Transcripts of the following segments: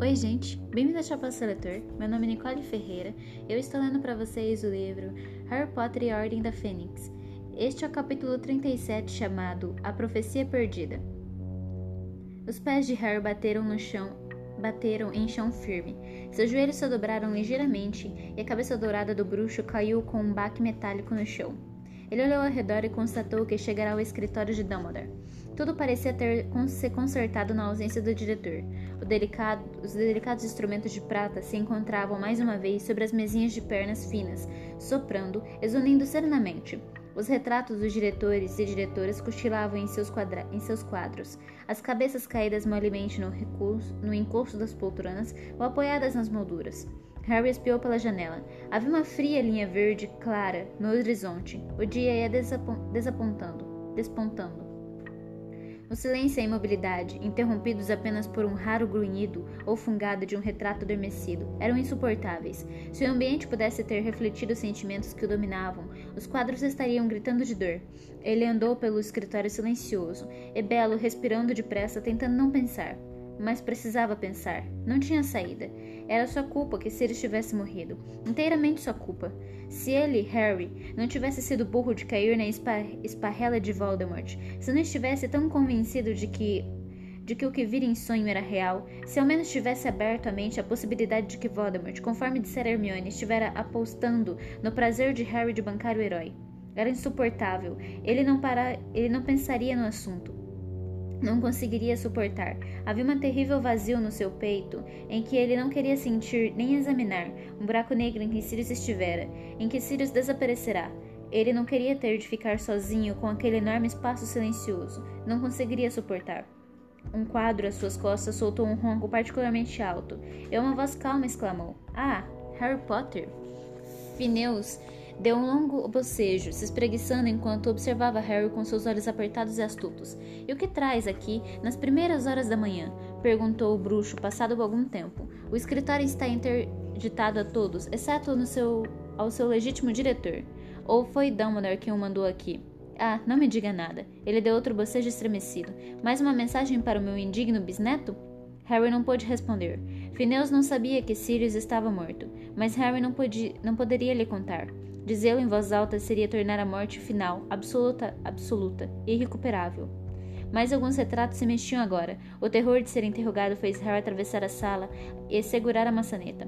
Oi gente, bem-vindo ao Chapéu Seletor, meu nome é Nicole Ferreira e eu estou lendo para vocês o livro Harry Potter e a Ordem da Fênix. Este é o capítulo 37 chamado A Profecia Perdida. Os pés de Harry bateram em chão firme, seus joelhos se dobraram ligeiramente e a cabeça dourada do bruxo caiu com um baque metálico no chão. Ele olhou ao redor e constatou que chegara ao escritório de Dumbledore. Tudo parecia ter se consertado na ausência do diretor. Os delicados instrumentos de prata se encontravam mais uma vez sobre as mesinhas de pernas finas, soprando, exunindo serenamente. Os retratos dos diretores e diretoras cochilavam em seus quadros, as cabeças caídas molemente no encosto das poltronas ou apoiadas nas molduras. Harry espiou pela janela. Havia uma fria linha verde clara no horizonte. O dia ia despontando. O silêncio e a imobilidade, interrompidos apenas por um raro grunhido ou fungado de um retrato adormecido, eram insuportáveis. Se o ambiente pudesse ter refletido os sentimentos que o dominavam, os quadros estariam gritando de dor. Ele andou pelo escritório silencioso, e belo, respirando depressa, tentando não pensar. Mas precisava pensar. Não tinha saída. Era sua culpa que Sirius tivesse morrido. Inteiramente sua culpa. Se ele, Harry, não tivesse sido burro de cair na esparrela de Voldemort, se não estivesse tão convencido de que o que vira em sonho era real, se ao menos tivesse aberto a mente à possibilidade de que Voldemort, conforme dissera Hermione, estivera apostando no prazer de Harry de bancar o herói. Era insuportável. Ele não pensaria no assunto. Não conseguiria suportar. Havia um terrível vazio no seu peito, em que ele não queria sentir nem examinar, um buraco negro em que Sirius estivera, em que Sirius desaparecerá. Ele não queria ter de ficar sozinho com aquele enorme espaço silencioso. Não conseguiria suportar. Um quadro às suas costas soltou um ronco particularmente alto, e uma voz calma exclamou: "Ah, Harry Potter!" Phineas deu um longo bocejo, se espreguiçando enquanto observava Harry com seus olhos apertados e astutos. "E o que traz aqui, nas primeiras horas da manhã?" perguntou o bruxo, passado algum tempo. "O escritório está interditado a todos, exceto ao seu legítimo diretor. Ou foi Dumbledore quem o mandou aqui?" "Ah, não me diga nada." Ele deu outro bocejo estremecido. "Mais uma mensagem para o meu indigno bisneto?" Harry não pôde responder. Phineas não sabia que Sirius estava morto, mas Harry não poderia lhe contar. Dizê-lo em voz alta seria tornar a morte final, absoluta e irrecuperável. Mais alguns retratos se mexiam agora. O terror de ser interrogado fez Harry atravessar a sala e segurar a maçaneta.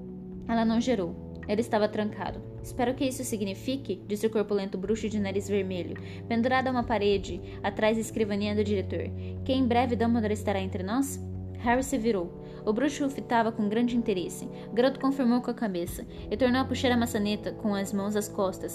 Ela não gerou. Ele estava trancado. "Espero que isso signifique", disse o corpulento bruxo de nariz vermelho, pendurado a uma parede, atrás da escrivaninha do diretor, "que em breve Dumbledore estará entre nós?" Harry se virou. O bruxo o fitava com grande interesse. O garoto confirmou com a cabeça e tornou a puxar a maçaneta com as mãos às costas,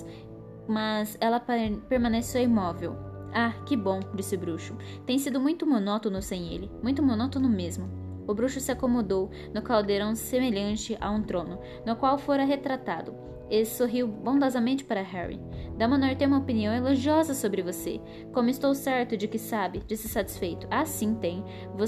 mas ela permaneceu imóvel. "Ah, que bom", disse o bruxo. "Tem sido muito monótono sem ele. Muito monótono mesmo." O bruxo se acomodou no caldeirão semelhante a um trono, no qual fora retratado, e sorriu bondosamente para Harry. "Dumbledore tem uma opinião elogiosa sobre você. Como estou certo de que sabe", disse satisfeito. "Ah, sim, tem.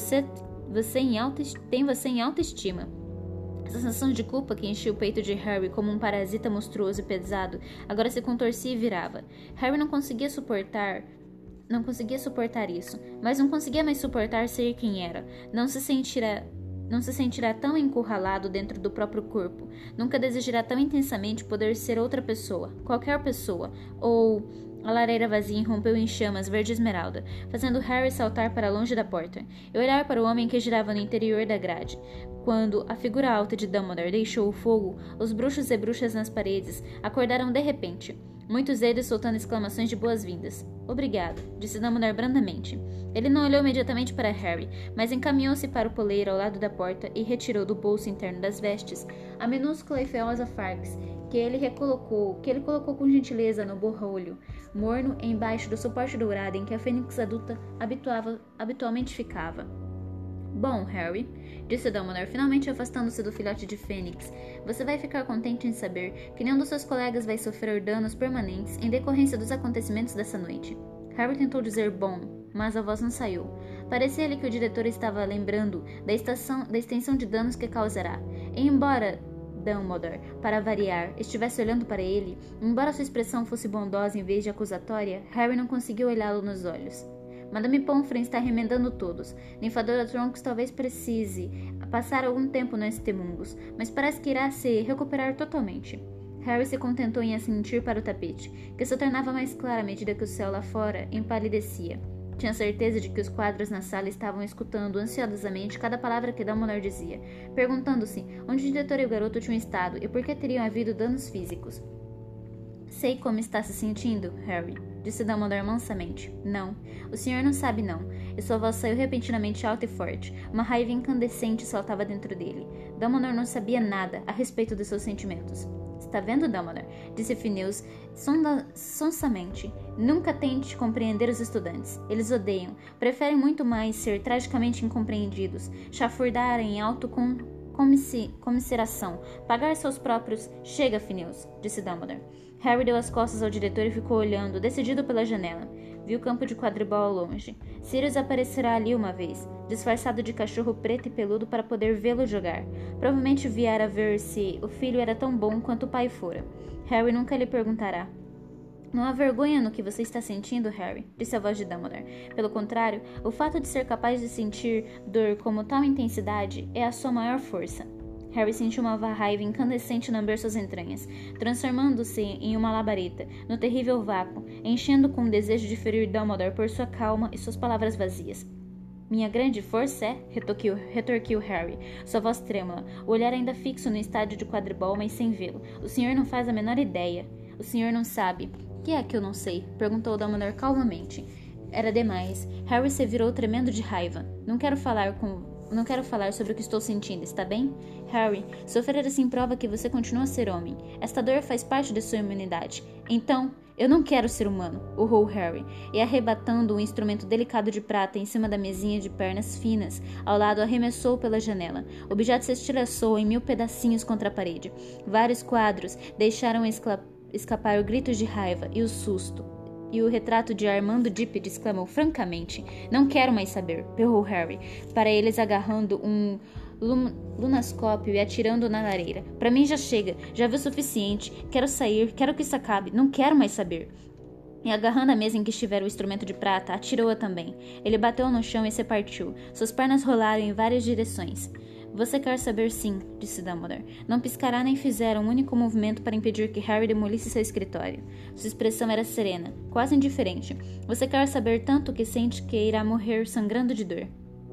Tem você em alta estima." A sensação de culpa que enchia o peito de Harry como um parasita monstruoso e pesado agora se contorcia e virava. Harry não conseguia suportar isso, mas não conseguia mais suportar ser quem era. Não se sentirá tão encurralado dentro do próprio corpo. Nunca desejará tão intensamente poder ser outra pessoa, qualquer pessoa, ou... A lareira vazia irrompeu em chamas verde-esmeralda, fazendo Harry saltar para longe da porta e olhar para o homem que girava no interior da grade. Quando a figura alta de Dumbledore deixou o fogo, os bruxos e bruxas nas paredes acordaram de repente, muitos deles soltando exclamações de boas-vindas. "Obrigado", disse Dumbledore brandamente. Ele não olhou imediatamente para Harry, mas encaminhou-se para o poleiro ao lado da porta e retirou do bolso interno das vestes a minúscula e feiosa Farx, que ele colocou com gentileza no borrolho morno embaixo do suporte dourado em que a fênix adulta habitualmente ficava. "Bom, Harry", disse Dumbledore, finalmente afastando-se do filhote de fênix, "você vai ficar contente em saber que nenhum dos seus colegas vai sofrer danos permanentes em decorrência dos acontecimentos dessa noite." Harry tentou dizer "bom", mas a voz não saiu. Parecia-lhe que o diretor estava lembrando da extensão de danos que causará. E embora Dumbledore, para variar, estivesse olhando para ele, embora sua expressão fosse bondosa em vez de acusatória, Harry não conseguiu olhá-lo nos olhos. Madame Pomfrey está remendando todos. Ninfadora Tonks talvez precise passar algum tempo no St. Mungus, mas parece que irá se recuperar totalmente. Harry se contentou em assentir para o tapete, que se tornava mais claro à medida que o céu lá fora empalidecia. Tinha certeza de que os quadros na sala estavam escutando ansiosamente cada palavra que Dumbledore dizia, perguntando-se onde o diretor e o garoto tinham estado e por que teriam havido danos físicos. Sei como está se sentindo, Harry, disse Dumbledore mansamente. Não, o senhor não sabe não. E sua voz saiu repentinamente alta e forte. Uma raiva incandescente saltava dentro dele. Dumbledore não sabia nada a respeito de seus sentimentos. Está vendo, Dumbledore? Disse Phineas sonsamente. Nunca tente compreender os estudantes. Eles odeiam. Preferem muito mais ser tragicamente incompreendidos, chafurdar em comisseração, pagar seus próprios... Chega, Phineas, disse Dumbledore. Harry deu as costas ao diretor e ficou olhando, decidido pela janela. Viu o campo de quadribol ao longe. Sirius aparecerá ali uma vez, disfarçado de cachorro preto e peludo para poder vê-lo jogar. Provavelmente viera ver se o filho era tão bom quanto o pai fora. Harry nunca lhe perguntará. Não há vergonha no que você está sentindo, Harry, disse a voz de Dumbledore. Pelo contrário, o fato de ser capaz de sentir dor com tal intensidade é a sua maior força. Harry sentiu uma raiva incandescente lamber suas entranhas, transformando-se em uma labareda, no terrível vácuo, enchendo com o desejo de ferir Dumbledore por sua calma e suas palavras vazias. Minha grande força é? Retorquiu Harry, sua voz trêmula, o olhar ainda fixo no estádio de quadribol, mas sem vê-lo. O senhor não faz a menor ideia. O senhor não sabe. O que é que eu não sei? Perguntou Dumbledore calmamente. Era demais. Harry se virou tremendo de raiva. Não quero falar sobre o que estou sentindo, está bem? Harry, sofrer assim prova que você continua a ser homem. Esta dor faz parte de sua humanidade. Então, eu não quero ser humano, urrou Harry, e arrebatando um instrumento delicado de prata em cima da mesinha de pernas finas, ao lado arremessou pela janela. O objeto se estilhaçou em 1000 pedacinhos contra a parede. Vários quadros deixaram escapar gritos de raiva e o susto. E o retrato de Armando Dípede exclamou francamente: Não quero mais saber, berrou Harry, para eles agarrando um lunascópio e atirando na lareira. Para mim já chega, já vi o suficiente, quero sair, quero que isso acabe, não quero mais saber. E agarrando a mesa em que estivera o instrumento de prata, atirou-a também. Ele bateu no chão e se partiu. Suas pernas rolaram em várias direções. Você quer saber sim, disse Dumbledore. Não piscará nem fizera um único movimento para impedir que Harry demolisse seu escritório. Sua expressão era serena, quase indiferente. Você quer saber tanto que sente que irá morrer sangrando de dor.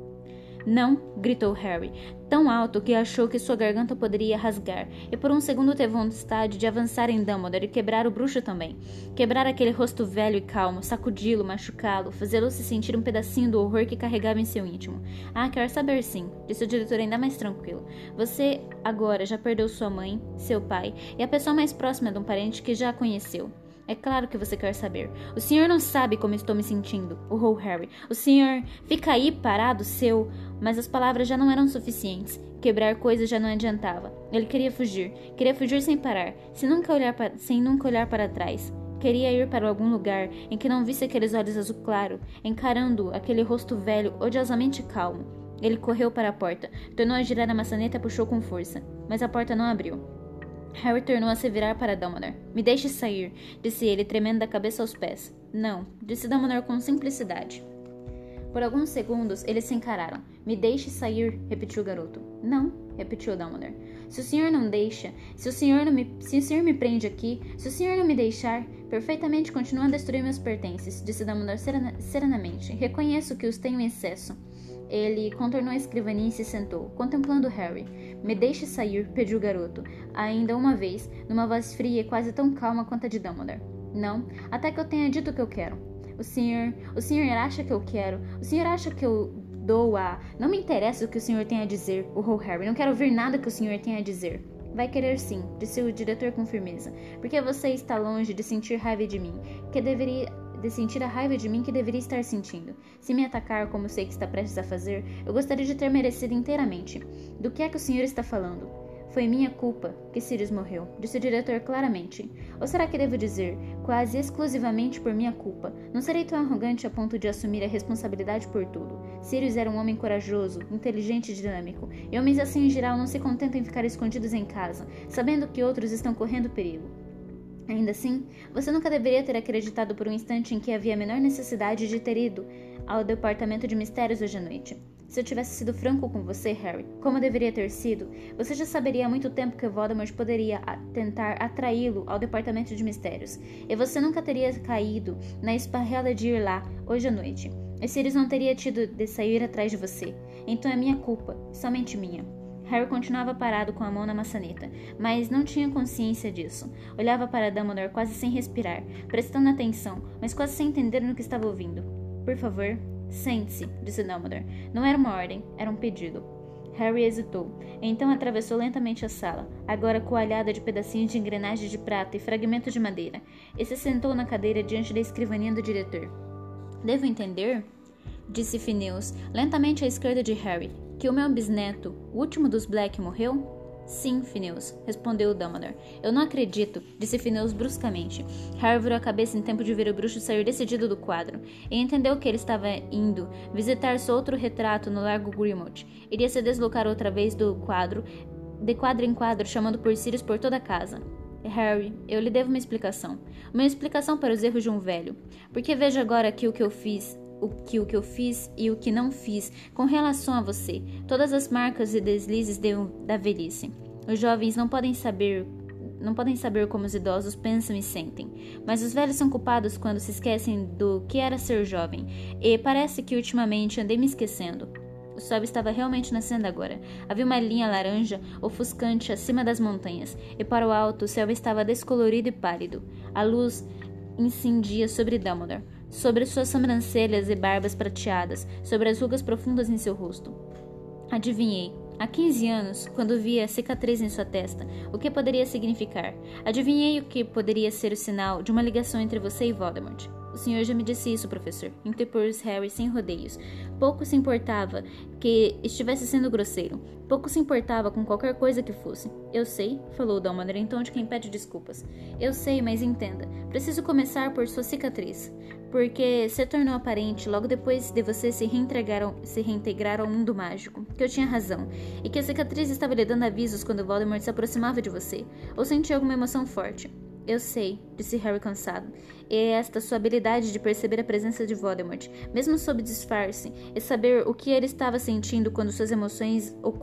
Não, gritou Harry, tão alto que achou que sua garganta poderia rasgar, e por um segundo teve vontade de avançar em Dumbledore e quebrar o bruxo também. Quebrar aquele rosto velho e calmo, sacudi-lo, machucá-lo, fazê-lo se sentir um pedacinho do horror que carregava em seu íntimo. Ah, quer saber sim, disse o diretor ainda mais tranquilo. Você, agora, já perdeu sua mãe, seu pai, e a pessoa mais próxima de um parente que já a conheceu. É claro que você quer saber. O senhor não sabe como estou me sentindo, urrou Harry. O senhor fica aí parado, seu... Mas as palavras já não eram suficientes. Quebrar coisas já não adiantava. Ele queria fugir sem parar, sem nunca olhar para trás. Queria ir para algum lugar em que não visse aqueles olhos azul claro, encarando aquele rosto velho, odiosamente calmo. Ele correu para a porta, tornou a girar a maçaneta e puxou com força, mas a porta não abriu. Harry tornou a se virar para Dumbledore. Me deixe sair, disse ele, tremendo da cabeça aos pés. Não, disse Dumbledore com simplicidade. Por alguns segundos, eles se encararam. Me deixe sair, repetiu o garoto. Não, repetiu Dumbledore. Se o senhor não deixa, se o senhor me prende aqui, se o senhor não me deixar, perfeitamente continua a destruir meus pertences, disse Dumbledore serenamente. Reconheço que os tenho em excesso. Ele contornou a escrivaninha e se sentou, contemplando Harry. Me deixe sair, pediu o garoto, ainda uma vez, numa voz fria e quase tão calma quanto a de Dumbledore. Não, até que eu tenha dito o que eu quero. O senhor acha que eu quero? O senhor acha que eu dou a... Não me interessa o que o senhor tem a dizer, urrou Harry. Não quero ouvir nada que o senhor tem a dizer. Vai querer sim, disse o diretor com firmeza, porque você está longe de sentir raiva de mim, de sentir a raiva de mim que deveria estar sentindo. Se me atacar, como sei que está prestes a fazer, eu gostaria de ter merecido inteiramente. Do que é que o senhor está falando? Foi minha culpa que Sirius morreu, disse o diretor claramente. Ou será que devo dizer, quase exclusivamente por minha culpa? Não serei tão arrogante a ponto de assumir a responsabilidade por tudo. Sirius era um homem corajoso, inteligente e dinâmico, e homens assim em geral não se contentam em ficar escondidos em casa, sabendo que outros estão correndo perigo. Ainda assim, você nunca deveria ter acreditado por um instante em que havia a menor necessidade de ter ido ao Departamento de Mistérios hoje à noite. Se eu tivesse sido franco com você, Harry, como deveria ter sido, você já saberia há muito tempo que Voldemort poderia tentar atraí-lo ao Departamento de Mistérios, e você nunca teria caído na esparrela de ir lá hoje à noite. E Sirius não teria tido de sair atrás de você. Então é minha culpa, somente minha. Harry continuava parado com a mão na maçaneta, mas não tinha consciência disso. Olhava para Dumbledore quase sem respirar, prestando atenção, mas quase sem entender no que estava ouvindo. Por favor, sente-se, disse Dumbledore. Não era uma ordem, era um pedido. Harry hesitou, e então atravessou lentamente a sala, agora coalhada de pedacinhos de engrenagem de prata e fragmentos de madeira, e se sentou na cadeira diante da escrivaninha do diretor. Devo entender, disse Phineas, lentamente à esquerda de Harry, que o meu bisneto, o último dos Black, morreu? Sim, Phineas, respondeu Dumbledore. Eu não acredito, disse Phineas bruscamente. Harry virou a cabeça em tempo de ver o bruxo sair decidido do quadro, e entendeu que ele estava indo visitar seu outro retrato no Largo Grimmauld. Iria se deslocar outra vez de quadro em quadro, chamando por Sirius por toda a casa. Harry, eu lhe devo uma explicação. Uma explicação para os erros de um velho. Porque veja agora aqui o que eu fiz e o que não fiz com relação a você. Todas as marcas e deslizes da velhice. Os jovens não podem saber como os idosos pensam e sentem. Mas os velhos são culpados quando se esquecem do que era ser jovem. E parece que ultimamente andei me esquecendo. O sol estava realmente nascendo agora. Havia uma linha laranja ofuscante acima das montanhas, e para o alto o céu estava descolorido e pálido. A luz incendia sobre Dumbledore, sobre suas sobrancelhas e barbas prateadas, sobre as rugas profundas em seu rosto. Adivinhei, há 15 anos, quando vi a cicatriz em sua testa, o que poderia significar. Adivinhei o que poderia ser o sinal de uma ligação entre você e Voldemort. O senhor já me disse isso, professor, interpôs Harry sem rodeios. Pouco se importava que estivesse sendo grosseiro. Pouco se importava com qualquer coisa que fosse. Eu sei, falou Dumbledore em tom de quem pede desculpas. Eu sei, mas entenda. Preciso começar por sua cicatriz. Porque se tornou aparente logo depois de você se reintegrar ao mundo mágico, que eu tinha razão, e que a cicatriz estava lhe dando avisos quando Voldemort se aproximava de você, ou sentia alguma emoção forte. Eu sei, disse Harry cansado. E é esta sua habilidade de perceber a presença de Voldemort, mesmo sob disfarce, e saber o que ele estava sentindo quando suas emoções o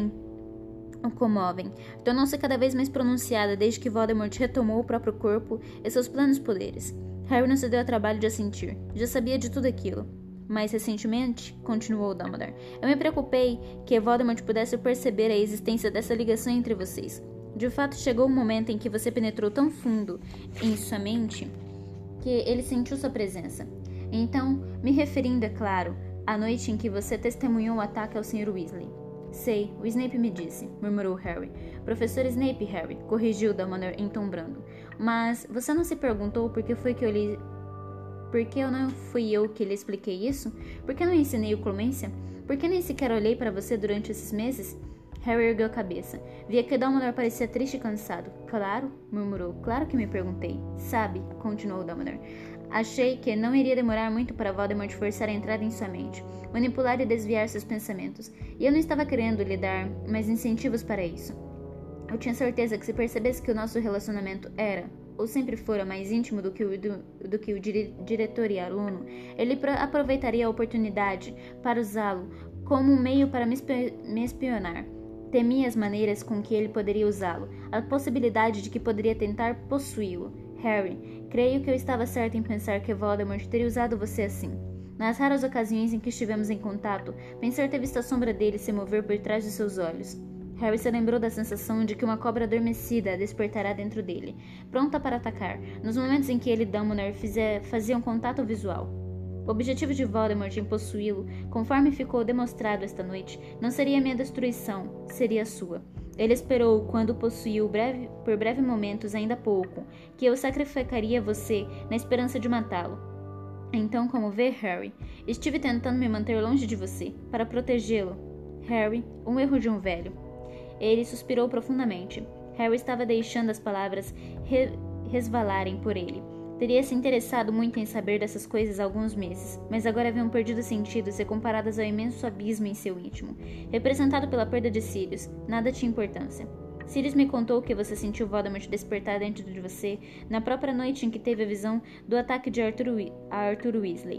comovem, tornou-se cada vez mais pronunciada desde que Voldemort retomou o próprio corpo e seus plenos poderes. Harry não se deu ao trabalho de assentir. Já sabia de tudo aquilo. Mais recentemente, continuou Dumbledore, eu me preocupei que Voldemort pudesse perceber a existência dessa ligação entre vocês. De fato, chegou um momento em que você penetrou tão fundo em sua mente que ele sentiu sua presença. Então, me referindo, é claro, à noite em que você testemunhou o ataque ao Sr. Weasley. Sei, o Snape me disse, murmurou Harry. Professor Snape, Harry, corrigiu Dumbledore em tom brando. Mas você não se perguntou por que não fui eu que lhe expliquei isso? Por que não ensinei o Clemência? Por que nem sequer olhei para você durante esses meses? Harry ergueu a cabeça. Via que Dumbledore parecia triste e cansado. Claro, murmurou. Claro que me perguntei. Sabe, continuou Dumbledore. Achei que não iria demorar muito para Voldemort forçar a entrada em sua mente, manipular e desviar seus pensamentos. E eu não estava querendo lhe dar mais incentivos para isso. Eu tinha certeza que se percebesse que o nosso relacionamento era, ou sempre fora, mais íntimo do que o diretor e aluno, ele aproveitaria a oportunidade para usá-lo como um meio para me espionar. Temia as maneiras com que ele poderia usá-lo, a possibilidade de que poderia tentar possuí-lo. Harry, creio que eu estava certo em pensar que Voldemort teria usado você assim. Nas raras ocasiões em que estivemos em contato, pensei ter visto a sombra dele se mover por trás de seus olhos. Harry se lembrou da sensação de que uma cobra adormecida despertará dentro dele, pronta para atacar, nos momentos em que ele e Dumbledore faziam contato visual. O objetivo de Voldemort em possuí-lo, conforme ficou demonstrado esta noite, não seria minha destruição, seria a sua. Ele esperou, quando o possuiu por breves momentos ainda pouco, que eu sacrificaria você na esperança de matá-lo. Então, como vê, Harry, estive tentando me manter longe de você, para protegê-lo. Harry, um erro de um velho. Ele suspirou profundamente. Harry estava deixando as palavras resvalarem por ele. Teria se interessado muito em saber dessas coisas há alguns meses, mas agora haviam perdido sentido se comparadas ao imenso abismo em seu íntimo. Representado pela perda de Sirius, nada tinha importância. Sirius me contou que você sentiu Voldemort despertar dentro de você na própria noite em que teve a visão do ataque de Arthur Weasley.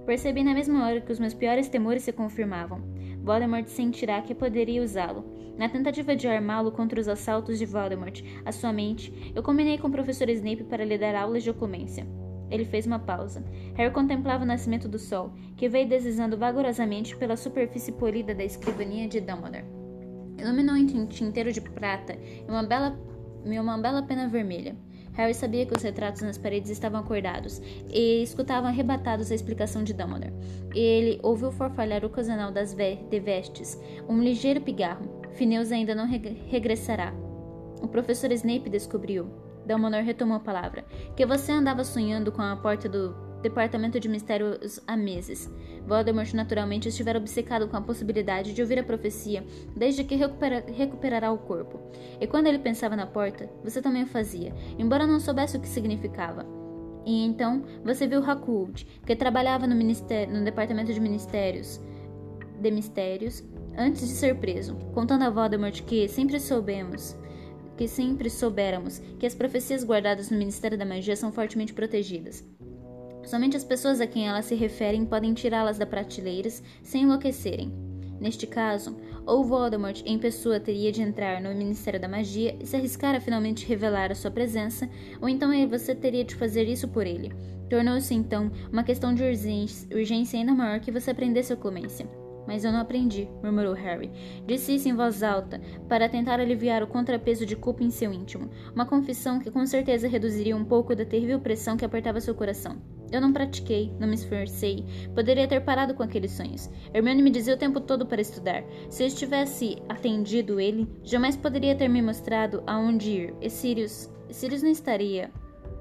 Percebi na mesma hora que os meus piores temores se confirmavam. Voldemort sentirá que poderia usá-lo. Na tentativa de armá-lo contra os assaltos de Voldemort à sua mente, eu combinei com o professor Snape para lhe dar aulas de oclumência. Ele fez uma pausa. Harry contemplava o nascimento do sol, que veio deslizando vagarosamente pela superfície polida da escrivaninha de Dumbledore. Iluminou em tinteiro de prata e uma bela pena vermelha. Harry sabia que os retratos nas paredes estavam acordados e escutavam arrebatados a explicação de Dumbledore. Ele ouviu farfalhar o cozenal de vestes, um ligeiro pigarro. Phineas ainda não regressará. O professor Snape descobriu. Dumbledore retomou a palavra. Que você andava sonhando com a porta do Departamento de Mistérios há meses. Voldemort naturalmente estivera obcecado com a possibilidade de ouvir a profecia desde que recuperará o corpo. E quando ele pensava na porta, você também o fazia, embora não soubesse o que significava. E então você viu Rockwood, que trabalhava no Departamento de Mistérios, antes de ser preso, contando a Voldemort que sempre soubéramos que as profecias guardadas no Ministério da Magia são fortemente protegidas. Somente as pessoas a quem elas se referem podem tirá-las da prateleiras sem enlouquecerem. Neste caso, ou Voldemort em pessoa teria de entrar no Ministério da Magia e se arriscar a finalmente revelar a sua presença, ou então você teria de fazer isso por ele. Tornou-se então uma questão de urgência ainda maior que você aprendesse a oclumência. Mas eu não aprendi, murmurou Harry. Disse isso em voz alta, para tentar aliviar o contrapeso de culpa em seu íntimo, uma confissão que com certeza reduziria um pouco da terrível pressão que apertava seu coração. Eu não pratiquei, não me esforcei, poderia ter parado com aqueles sonhos. Hermione me dizia o tempo todo para estudar. Se eu tivesse atendido ele, jamais poderia ter me mostrado aonde ir. E Sirius não estaria...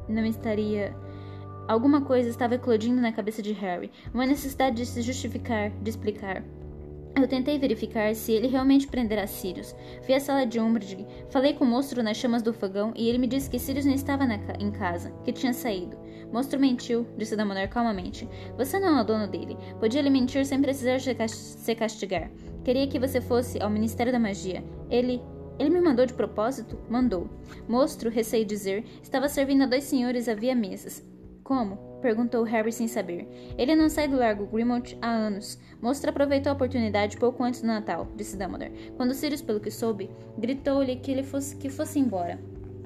Alguma coisa estava eclodindo na cabeça de Harry, uma necessidade de se justificar, de explicar. Eu tentei verificar se ele realmente prenderá Sirius. Fui à sala de Umbridge, falei com o monstro nas chamas do fogão e ele me disse que Sirius não estava em casa, que tinha saído. Monstro mentiu, disse Dumbledore calmamente. Você não é o dono dele. Podia lhe mentir sem precisar se castigar. Queria que você fosse ao Ministério da Magia. Ele me mandou de propósito? Mandou. Monstro, receio dizer, estava servindo a 2 senhores havia meses. Como? Perguntou Harry sem saber. Ele não sai do Largo Grimmauld há anos. Monstro aproveitou a oportunidade pouco antes do Natal, disse Dumbledore. Quando Sirius, pelo que soube, gritou-lhe que fosse embora.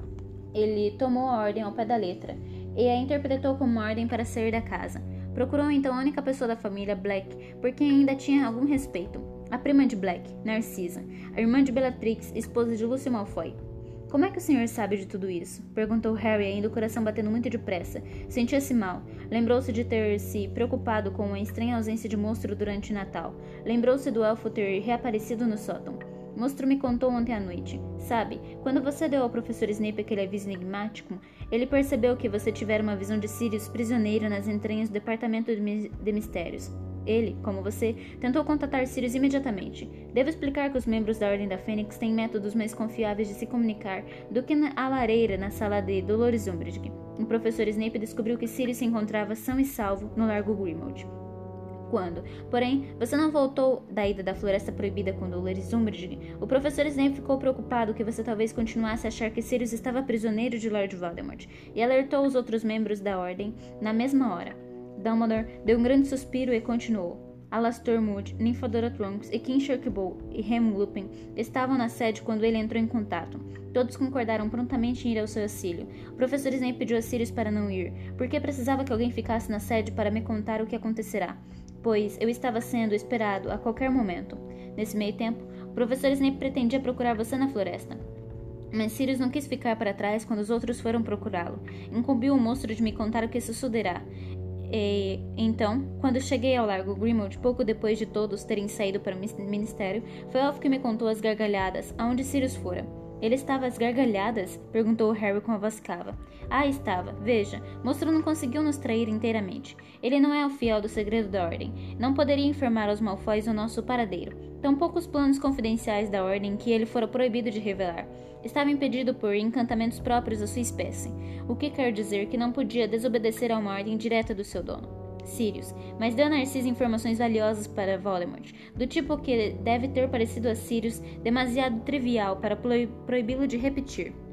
Ele tomou a ordem ao pé da letra e a interpretou como uma ordem para sair da casa. Procurou então a única pessoa da família Black por quem ainda tinha algum respeito. A prima de Black, Narcisa, a irmã de Bellatrix, esposa de Lúcio Malfoy. Como é que o senhor sabe de tudo isso? Perguntou Harry, ainda o coração batendo muito depressa. Sentia-se mal. Lembrou-se de ter se preocupado com a estranha ausência de Monstro durante Natal. Lembrou-se do elfo ter reaparecido no sótão. Monstro me contou ontem à noite. Sabe, quando você deu ao professor Snape aquele aviso enigmático, ele percebeu que você tivera uma visão de Sirius prisioneiro nas entranhas do Departamento de Mistérios. Ele, como você, tentou contatar Sirius imediatamente. Devo explicar que os membros da Ordem da Fênix têm métodos mais confiáveis de se comunicar do que a lareira na sala de Dolores Umbridge. O professor Snape descobriu que Sirius se encontrava são e salvo no Largo Grimmauld. Quando, porém, você não voltou da ida da Floresta Proibida com Dolores Umbridge, o professor Snape ficou preocupado que você talvez continuasse a achar que Sirius estava prisioneiro de Lord Voldemort e alertou os outros membros da Ordem na mesma hora. Dumbledore deu um grande suspiro e continuou. Alastor Moody, Nymphadora Tonks e Kinshirk Bowl e Rem Lupin estavam na sede quando ele entrou em contato. Todos concordaram prontamente em ir ao seu auxílio. O professor Snape pediu a Sirius para não ir, porque precisava que alguém ficasse na sede para me contar o que acontecerá, pois eu estava sendo esperado a qualquer momento. Nesse meio tempo, o professor Snape pretendia procurar você na floresta. Mas Sirius não quis ficar para trás quando os outros foram procurá-lo. Incumbiu o monstro de me contar o que sucederá. E então, quando cheguei ao Largo Grimmauld, pouco depois de todos terem saído para o ministério, foi o elfo que me contou às gargalhadas aonde Sirius fora. Ele estava às gargalhadas? Perguntou Harry com a voz cava. Ah, estava. Veja, monstro não conseguiu nos trair inteiramente. Ele não é o fiel do segredo da Ordem. Não poderia informar aos Malfoys o nosso paradeiro. Tampouco os planos confidenciais da Ordem que ele fora proibido de revelar. Estava impedido por encantamentos próprios da sua espécie, o que quer dizer que não podia desobedecer a uma ordem direta do seu dono, Sirius, mas deu a Narcisa informações valiosas para Voldemort, do tipo que deve ter parecido a Sirius demasiado trivial para proibi-lo de repetir.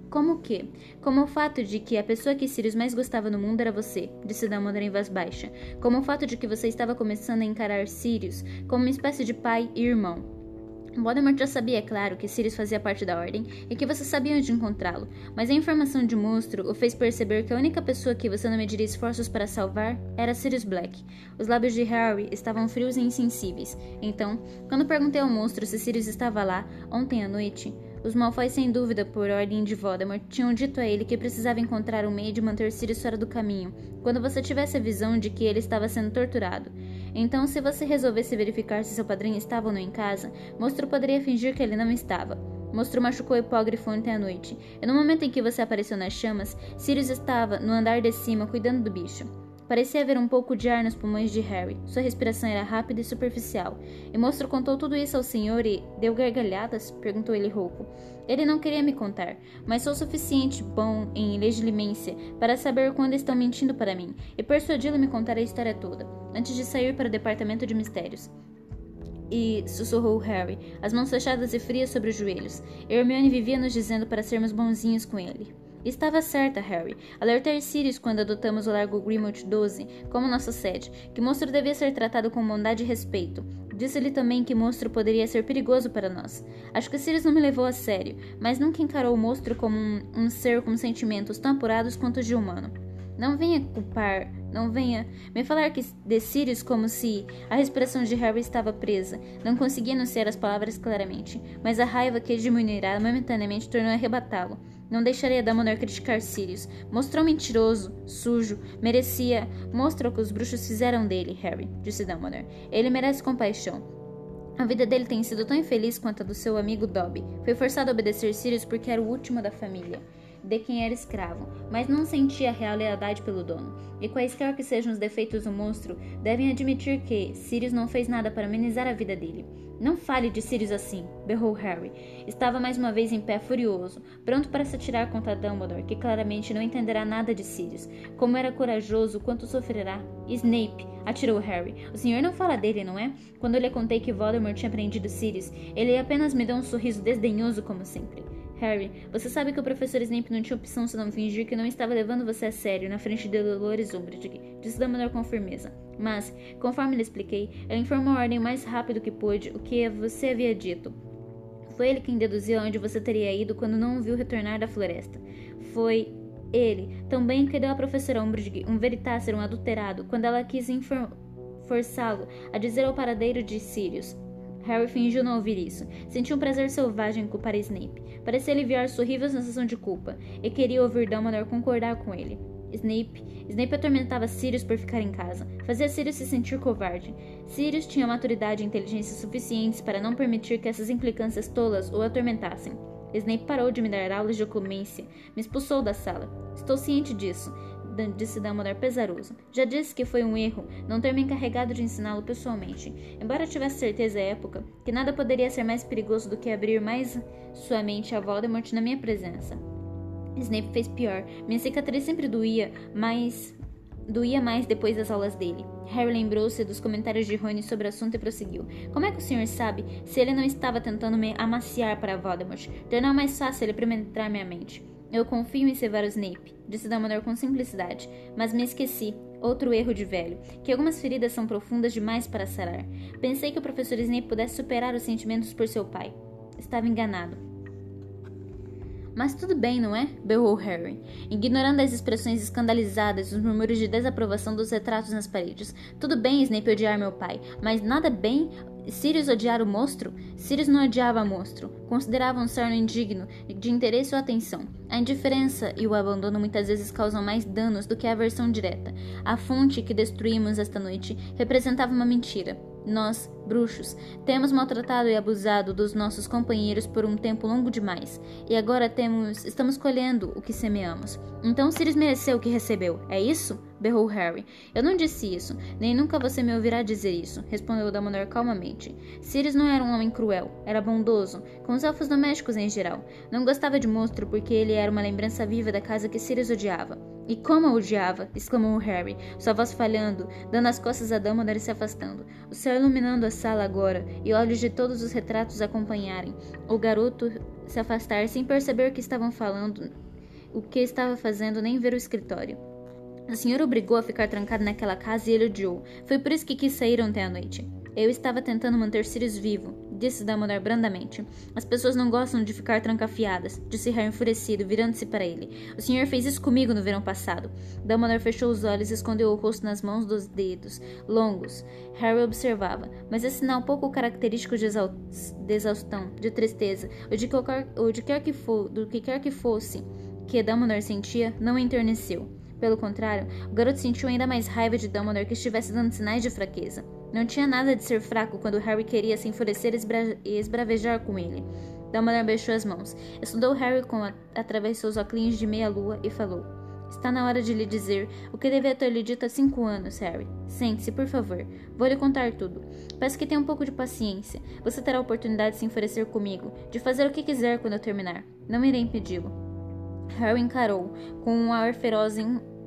Como o quê? Como o fato de que a pessoa que Sirius mais gostava no mundo era você, disse Dumbledore em voz baixa. Como o fato de que você estava começando a encarar Sirius como uma espécie de pai e irmão. Voldemort já sabia, é claro, que Sirius fazia parte da Ordem e que você sabia onde encontrá-lo, mas a informação de monstro o fez perceber que a única pessoa que você não mediria esforços para salvar era Sirius Black. Os lábios de Harry estavam frios e insensíveis. Então, quando perguntei ao monstro se Sirius estava lá, ontem à noite, os Malfoy, sem dúvida por ordem de Voldemort, tinham dito a ele que precisava encontrar um meio de manter Sirius fora do caminho, quando você tivesse a visão de que ele estava sendo torturado. Então, se você resolvesse verificar se seu padrinho estava ou não em casa, Monstro poderia fingir que ele não estava. Monstro machucou o hipógrafo ontem à noite, e no momento em que você apareceu nas chamas, Sirius estava no andar de cima cuidando do bicho. Parecia haver um pouco de ar nos pulmões de Harry. Sua respiração era rápida e superficial. E Monstro contou tudo isso ao senhor e... Deu gargalhadas? Perguntou ele rouco. Ele não queria me contar, mas sou suficiente bom em legilimência para saber quando estão mentindo para mim, e persuadi-lo a me contar a história toda, antes de sair para o departamento de mistérios. E sussurrou Harry, as mãos fechadas e frias sobre os joelhos. Hermione vivia nos dizendo para sermos bonzinhos com ele. Estava certa, Harry. Alertei Sirius quando adotamos o Largo Grimmauld 12 como nossa sede, que Monstro devia ser tratado com bondade e respeito. Disse-lhe também que Monstro poderia ser perigoso para nós. Acho que Sirius não me levou a sério, mas nunca encarou o Monstro como um ser com sentimentos tão apurados quanto os de humano. Não venha me falar de Sirius como se a respiração de Harry estava presa. Não conseguia anunciar as palavras claramente, mas a raiva que diminuirá momentaneamente tornou a arrebatá-lo. Não deixaria Dumbledore criticar Sirius. Mostrou mentiroso, sujo, merecia... Mostra o que os bruxos fizeram dele, Harry, disse Dumbledore. Ele merece compaixão. A vida dele tem sido tão infeliz quanto a do seu amigo Dobby. Foi forçado a obedecer Sirius porque era o último da família, de quem era escravo, mas não sentia real lealdade pelo dono. E quaisquer que sejam os defeitos do monstro, devem admitir que Sirius não fez nada para amenizar a vida dele. Não fale de Sirius assim, berrou Harry. Estava mais uma vez em pé furioso, pronto para se atirar contra Dumbledore, que claramente não entenderá nada de Sirius. Como era corajoso, quanto sofrerá. Snape, atirou Harry. O senhor não fala dele, não é? Quando eu lhe contei que Voldemort tinha prendido Sirius, ele apenas me deu um sorriso desdenhoso como sempre. Harry, você sabe que o professor Snape não tinha opção senão fingir que não estava levando você a sério na frente de Dolores Umbridge, disse Dumbledore com firmeza. Mas, conforme lhe expliquei, ele informou a ordem o mais rápido que pôde o que você havia dito. Foi ele quem deduziu aonde você teria ido quando não o viu retornar da floresta. Foi ele também que deu à professora Umbridge um Veritaserum um adulterado quando ela quis forçá-lo a dizer ao paradeiro de Sirius. Harry fingiu não ouvir isso. Sentiu um prazer selvagem em culpar Snape. Parecia aliviar sua horrível sensação de culpa, e queria ouvir Dumbledore concordar com ele. Snape atormentava Sirius por ficar em casa. Fazia Sirius se sentir covarde. Sirius tinha maturidade e inteligência suficientes para não permitir que essas implicâncias tolas o atormentassem. Snape parou de me dar aulas de oclumência. Me expulsou da sala. Estou ciente disso, disse Dumbledore pesaroso. Já disse que foi um erro não ter me encarregado de ensiná-lo pessoalmente, embora tivesse certeza à época que nada poderia ser mais perigoso do que abrir mais sua mente a Voldemort na minha presença. Snape fez pior. Minha cicatriz sempre doía mais depois das aulas dele. Harry lembrou-se dos comentários de Rony sobre o assunto e prosseguiu. Como é que o senhor sabe se ele não estava tentando me amaciar para Voldemort? Tornar mais fácil ele penetrar minha mente. Eu confio em Severus Snape, disse Dumbledore com simplicidade, mas me esqueci. Outro erro de velho, que algumas feridas são profundas demais para sarar. Pensei que o professor Snape pudesse superar os sentimentos por seu pai. Estava enganado. Mas tudo bem, não é? Berrou Harry, ignorando as expressões escandalizadas e os murmúrios de desaprovação dos retratos nas paredes. Tudo bem Snape odiar meu pai, mas nada bem Sirius odiar o monstro? Sirius não odiava o monstro. Considerava um sarno indigno de interesse ou atenção. A indiferença e o abandono muitas vezes causam mais danos do que a aversão direta. A fonte que destruímos esta noite representava uma mentira. Nós, bruxos, temos maltratado e abusado dos nossos companheiros por um tempo longo demais, e agora estamos colhendo o que semeamos. Então Sirius mereceu o que recebeu, é isso? Berrou Harry. Eu não disse isso, nem nunca você me ouvirá dizer isso, respondeu Dumbledore calmamente. Sirius não era um homem cruel, era bondoso, com os elfos domésticos em geral. Não gostava de monstro porque ele era uma lembrança viva da casa que Sirius odiava. E como a odiava! Exclamou Harry, sua voz falhando, dando as costas a Dumbledore e se afastando. O céu iluminando a sala agora, e olhos de todos os retratos acompanharem. O garoto se afastar sem perceber o que estavam falando, o que estava fazendo, nem ver o escritório. O senhor obrigou a ficar trancado naquela casa e ele odiou. Foi por isso que quis sair ontem à noite. Eu estava tentando manter Sirius vivo, disse Dumbledore brandamente. As pessoas não gostam de ficar trancafiadas, disse Harry enfurecido, virando-se para ele. O senhor fez isso comigo no verão passado. Dumbledore fechou os olhos e escondeu o rosto nas mãos dos dedos longos. Harry observava, mas esse sinal pouco característico de exaustão, de tristeza, ou de do que quer que fosse que Dumbledore sentia, não o enterneceu. Pelo contrário, o garoto sentiu ainda mais raiva de Dumbledore que estivesse dando sinais de fraqueza. Não tinha nada de ser fraco quando Harry queria se enfurecer e esbravejar com ele. Dumbledore beijou as mãos, estudou Harry através de seus óculos de meia-lua e falou: Está na hora de lhe dizer o que devia ter lhe dito há 5 anos, Harry. Sente-se, por favor. Vou lhe contar tudo. Peço que tenha um pouco de paciência. Você terá a oportunidade de se enfurecer comigo, de fazer o que quiser quando eu terminar. Não irei impedi-lo. Harry encarou com um ar feroz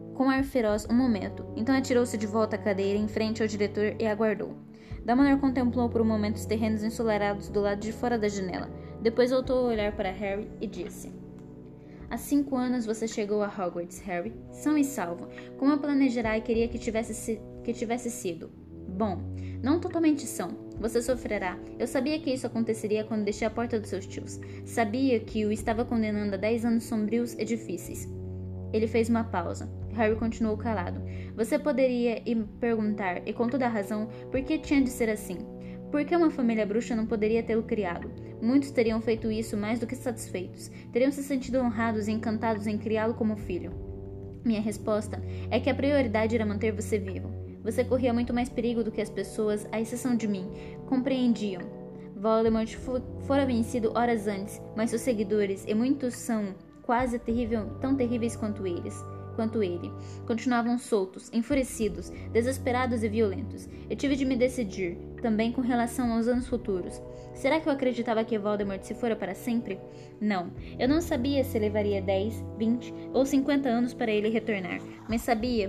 um momento, então atirou-se de volta à cadeira em frente ao diretor e aguardou. Dumbledore contemplou por um momento os terrenos ensolarados do lado de fora da janela. Depois voltou a olhar para Harry e disse: Há 5 anos você chegou a Hogwarts, Harry, são e salvo, como eu planejara e queria que tivesse sido. Bom, não totalmente são. Você sofrerá. Eu sabia que isso aconteceria quando deixei a porta dos seus tios. Sabia que o estava condenando a 10 anos sombrios e difíceis. Ele fez uma pausa. Harry continuou calado. Você poderia perguntar, e com toda a razão, por que tinha de ser assim. Por que uma família bruxa não poderia tê-lo criado? Muitos teriam feito isso mais do que satisfeitos. Teriam se sentido honrados e encantados em criá-lo como filho. Minha resposta é que a prioridade era manter você vivo. Você corria muito mais perigo do que as pessoas, à exceção de mim, compreendiam. Voldemort fora vencido horas antes, mas seus seguidores, e muitos são quase tão terríveis quanto ele, continuavam soltos, enfurecidos, desesperados e violentos. Eu tive de me decidir, também com relação aos anos futuros. Será que eu acreditava que Voldemort se fora para sempre? Não. Eu não sabia se levaria 10, 20 ou 50 anos para ele retornar, mas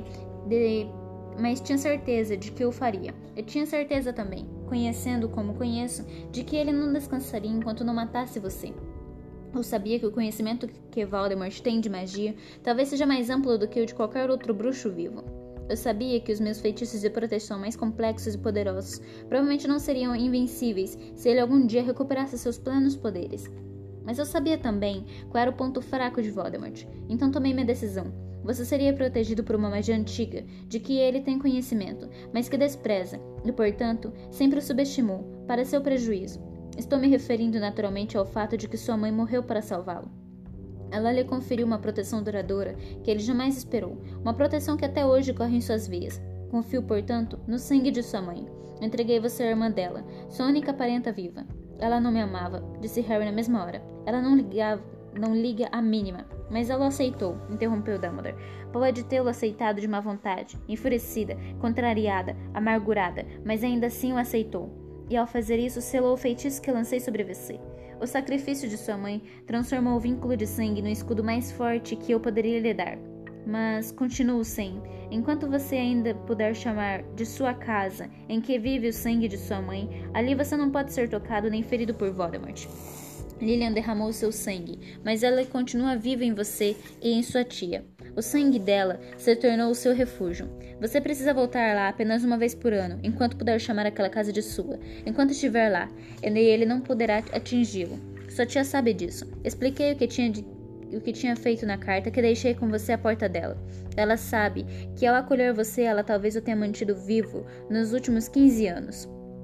tinha certeza de que o faria. Eu tinha certeza também, conhecendo como conheço, de que ele não descansaria enquanto não matasse você. Eu sabia que o conhecimento que Voldemort tem de magia talvez seja mais amplo do que o de qualquer outro bruxo vivo. Eu sabia que os meus feitiços de proteção mais complexos e poderosos provavelmente não seriam invencíveis se ele algum dia recuperasse seus plenos poderes. Mas eu sabia também qual era o ponto fraco de Voldemort, então tomei minha decisão. Você seria protegido por uma magia antiga, de que ele tem conhecimento, mas que despreza, e, portanto, sempre o subestimou, para seu prejuízo. Estou me referindo naturalmente ao fato de que sua mãe morreu para salvá-lo. Ela lhe conferiu uma proteção duradoura que ele jamais esperou, uma proteção que até hoje corre em suas veias. Confio, portanto, no sangue de sua mãe. Entreguei você à irmã dela, sua única parenta viva. Ela não me amava, disse Harry na mesma hora. Ela não liga a mínima. Mas ela o aceitou, interrompeu Dumbledore. Pode tê-lo aceitado de má vontade, enfurecida, contrariada, amargurada, mas ainda assim o aceitou. E ao fazer isso, selou o feitiço que lancei sobre você. O sacrifício de sua mãe transformou o vínculo de sangue no escudo mais forte que eu poderia lhe dar. Mas continuo sem. Enquanto você ainda puder chamar de sua casa, em que vive o sangue de sua mãe, ali você não pode ser tocado nem ferido por Voldemort. Lilian derramou seu sangue, mas ela continua viva em você e em sua tia. O sangue dela se tornou o seu refúgio. Você precisa voltar lá apenas uma vez por ano, enquanto puder chamar aquela casa de sua. Enquanto estiver lá, ele não poderá atingi-lo. Sua tia sabe disso. Expliquei o que tinha feito na carta que deixei com você à porta dela. Ela sabe que ao acolher você, ela talvez o tenha mantido vivo nos últimos 15 anos.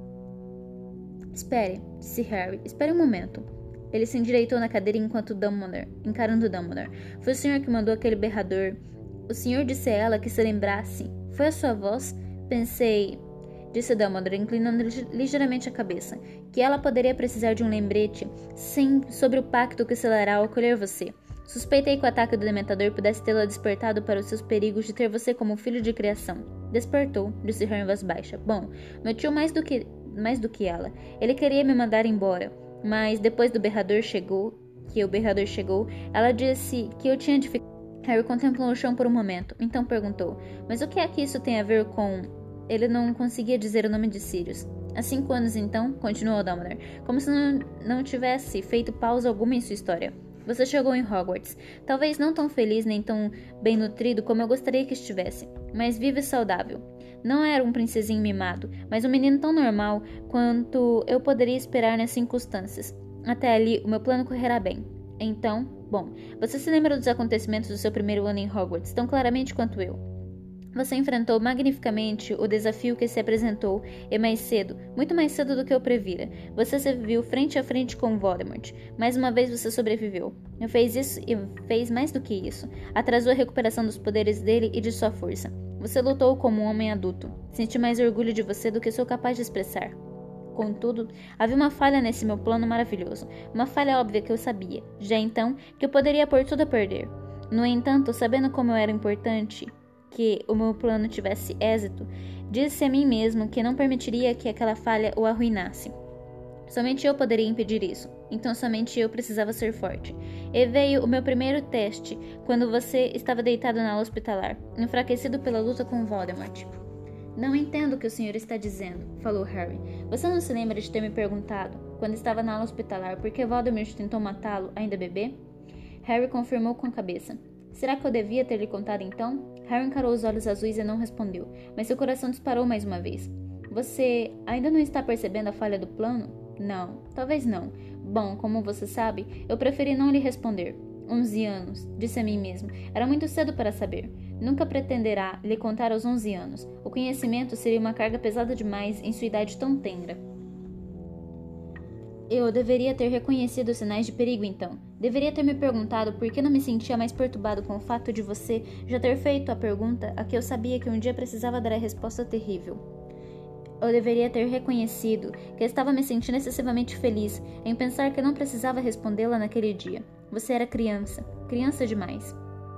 Espere, disse Harry. Espere um momento. Ele se endireitou na cadeira encarando Dumbledore. Foi o senhor que mandou aquele berrador. O senhor disse a ela que se lembrasse. Foi a sua voz? Pensei, disse Dumbledore, inclinando ligeiramente a cabeça, que ela poderia precisar de um lembrete sobre o pacto que selará ao acolher você. Suspeitei que o ataque do Dementador pudesse tê-la despertado para os seus perigos de ter você como filho de criação. Despertou, disse Harry em voz baixa. Bom, meu tio mais do que ela. Ele queria me mandar embora. Mas depois do berrador chegou, ela disse que eu tinha de ficar. Harry contemplou o chão por um momento, então perguntou, mas o que é que isso tem a ver com... Ele não conseguia dizer o nome de Sirius. Há 5 anos então, continuou Dumbledore, como se não tivesse feito pausa alguma em sua história. Você chegou em Hogwarts, talvez não tão feliz nem tão bem nutrido como eu gostaria que estivesse, mas vivo e saudável. Não era um princesinho mimado, mas um menino tão normal quanto eu poderia esperar nas circunstâncias. Até ali, o meu plano correrá bem. Então, bom, você se lembra dos acontecimentos do seu primeiro ano em Hogwarts tão claramente quanto eu. Você enfrentou magnificamente o desafio que se apresentou e mais cedo, muito mais cedo do que eu previra, você se viu frente a frente com Voldemort. Mais uma vez você sobreviveu. Fez isso e fez mais do que isso. Atrasou a recuperação dos poderes dele e de sua força. Você lutou como um homem adulto. Senti mais orgulho de você do que sou capaz de expressar. Contudo, havia uma falha nesse meu plano maravilhoso. Uma falha óbvia que eu sabia, já então, que eu poderia pôr tudo a perder. No entanto, sabendo como eu era importante que o meu plano tivesse êxito, disse a mim mesmo que não permitiria que aquela falha o arruinasse. Somente eu poderia impedir isso, então somente eu precisava ser forte. E veio o meu primeiro teste, quando você estava deitado na ala hospitalar, enfraquecido pela luta com Voldemort. Não entendo o que o senhor está dizendo, falou Harry. Você não se lembra de ter me perguntado, quando estava na ala hospitalar, por que Voldemort tentou matá-lo, ainda bebê? Harry confirmou com a cabeça. Será que eu devia ter lhe contado então? Harry encarou os olhos azuis e não respondeu, mas seu coração disparou mais uma vez. Você ainda não está percebendo a falha do plano? Não, talvez não. Bom, como você sabe, eu preferi não lhe responder. 11 anos, disse a mim mesmo. Era muito cedo para saber. Nunca pretenderá lhe contar aos 11 anos. O conhecimento seria uma carga pesada demais em sua idade tão tenra. Eu deveria ter reconhecido os sinais de perigo então. Deveria ter me perguntado por que não me sentia mais perturbado com o fato de você já ter feito a pergunta a que eu sabia que um dia precisava dar a resposta terrível. Eu deveria ter reconhecido que estava me sentindo excessivamente feliz em pensar que não precisava respondê-la naquele dia. Você era criança, criança demais.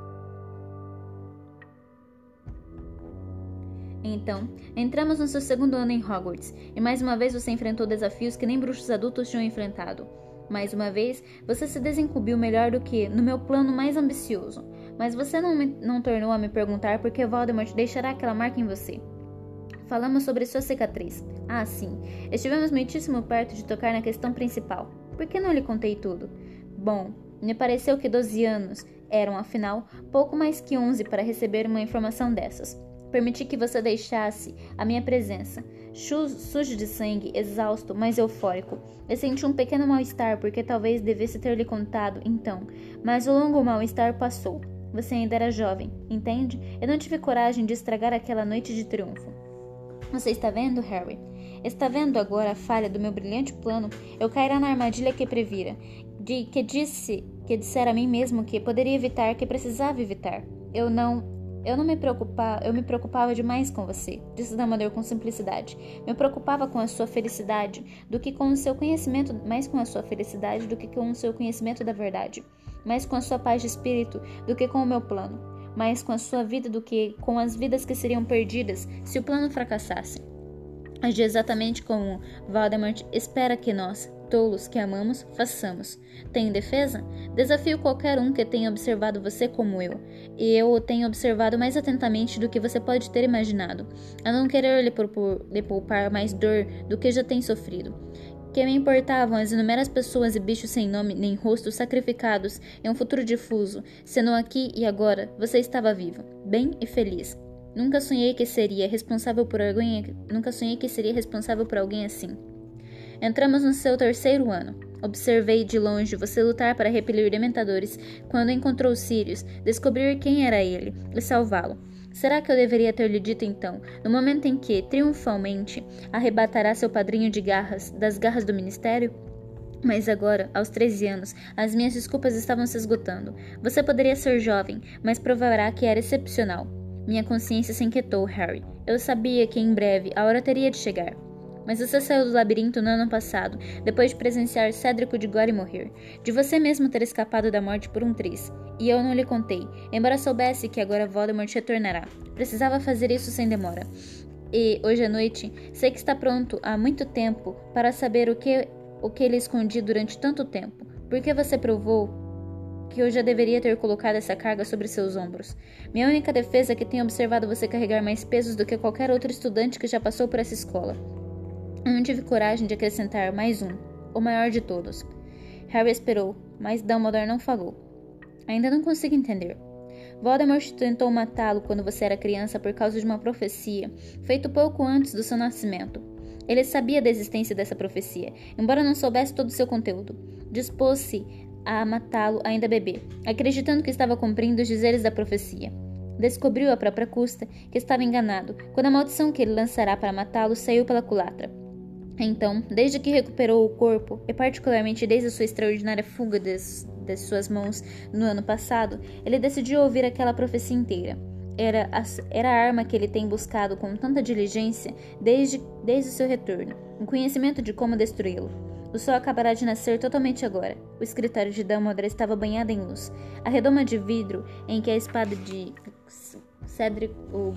Então, entramos no seu segundo ano em Hogwarts, e mais uma vez você enfrentou desafios que nem bruxos adultos tinham enfrentado. Mais uma vez, você se desincumbiu melhor do que no meu plano mais ambicioso. Mas você não tornou a me perguntar por que Voldemort deixará aquela marca em você. Falamos sobre sua cicatriz. Ah, sim. Estivemos muitíssimo perto de tocar na questão principal. Por que não lhe contei tudo? Bom, me pareceu que 12 anos eram, afinal, pouco mais que 11 para receber uma informação dessas. Permiti que você deixasse a minha presença. Sujo de sangue, exausto, mas eufórico. Eu senti um pequeno mal-estar porque talvez devesse ter lhe contado então, mas o longo mal-estar passou. Você ainda era jovem, entende? Eu não tive coragem de estragar aquela noite de triunfo. Você está vendo, Harry? Está vendo agora a falha do meu brilhante plano? Eu cairá na armadilha que previra, que dissera a mim mesmo que poderia evitar, que precisava evitar. Eu me preocupava demais com você, disse Dumbledore com simplicidade. Me preocupava com a sua felicidade do que com o seu conhecimento, mais com a sua felicidade do que com o seu conhecimento da verdade, mais com a sua paz de espírito do que com o meu plano, mais com a sua vida do que com as vidas que seriam perdidas se o plano fracassasse. Agi exatamente como Voldemort espera que nós, tolos que amamos, façamos. Tem defesa? Desafio qualquer um que tenha observado você como eu. E eu o tenho observado mais atentamente do que você pode ter imaginado, a não querer lhe poupar mais dor do que já tem sofrido. Que me importavam as inumeras pessoas e bichos sem nome nem rosto sacrificados em um futuro difuso, sendo aqui e agora você estava vivo, bem e feliz. Nunca sonhei que seria responsável por alguém assim. Entramos no seu terceiro ano. Observei de longe você lutar para repelir dementadores quando encontrou Sirius, descobrir quem era ele e salvá-lo. Será que eu deveria ter lhe dito então, no momento em que, triunfalmente, arrebatará seu padrinho das garras do ministério? Mas agora, aos 13 anos, as minhas desculpas estavam se esgotando. Você poderia ser jovem, mas provará que era excepcional. Minha consciência se inquietou, Harry. Eu sabia que em breve a hora teria de chegar. Mas você saiu do labirinto no ano passado, depois de presenciar Cédrico Diggory morrer, de você mesmo ter escapado da morte por um triz. E eu não lhe contei, embora soubesse que agora Voldemort retornará. Precisava fazer isso sem demora. E, hoje à noite, sei que está pronto há muito tempo para saber o que lhe escondi durante tanto tempo. Porque você provou que eu já deveria ter colocado essa carga sobre seus ombros. Minha única defesa é que tenho observado você carregar mais pesos do que qualquer outro estudante que já passou por essa escola. Eu não tive coragem de acrescentar mais um, o maior de todos. Harry esperou, mas Dumbledore não falou. Ainda não consigo entender. Voldemort tentou matá-lo quando você era criança por causa de uma profecia, feita pouco antes do seu nascimento. Ele sabia da existência dessa profecia, embora não soubesse todo o seu conteúdo. Dispôs-se a matá-lo ainda bebê, acreditando que estava cumprindo os dizeres da profecia. Descobriu à própria custa que estava enganado, quando a maldição que ele lançará para matá-lo saiu pela culatra. Então, desde que recuperou o corpo, e particularmente desde a sua extraordinária fuga de suas mãos no ano passado, ele decidiu ouvir aquela profecia inteira. Era a arma que ele tem buscado com tanta diligência desde o seu retorno, o conhecimento de como destruí-lo. O sol acabará de nascer totalmente agora. O escritório de Dumbledore estava banhado em luz. A redoma de vidro em que a espada de Cedric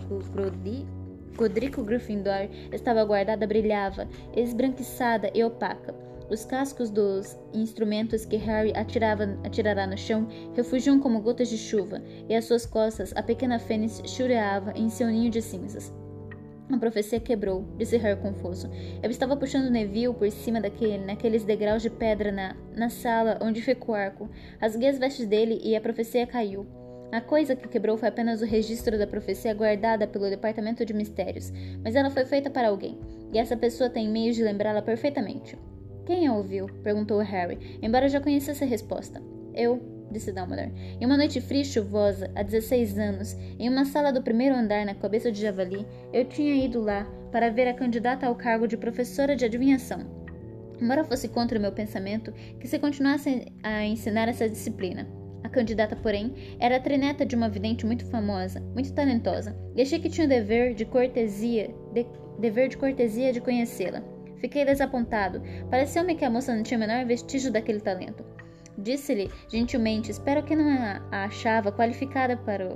Godric Gryffindor estava guardada brilhava, esbranquiçada e opaca. Os cascos dos instrumentos que Harry atirará no chão refugiam como gotas de chuva, e às suas costas a pequena fênix chureava em seu ninho de cinzas. A profecia quebrou, disse Harry confuso. Eu estava puxando Neville por cima naqueles degraus de pedra na sala onde fica o arco. Rasguei as vestes dele e a profecia caiu. A coisa que quebrou foi apenas o registro da profecia guardada pelo Departamento de Mistérios, mas ela foi feita para alguém, e essa pessoa tem meios de lembrá-la perfeitamente. Quem a ouviu? Perguntou Harry, embora já conhecesse a resposta. Eu, disse Dumbledore. Em uma noite fria e chuvosa, há 16 anos, em uma sala do primeiro andar na cabeça de Javali, eu tinha ido lá para ver a candidata ao cargo de professora de adivinhação. Embora fosse contra o meu pensamento que se continuasse a ensinar essa disciplina. A candidata, porém, era a trineta de uma vidente muito famosa, muito talentosa, e achei que tinha o dever de cortesia de conhecê-la. Fiquei desapontado. Pareceu-me que a moça não tinha o menor vestígio daquele talento. Disse-lhe, gentilmente, espero que não a achava qualificada para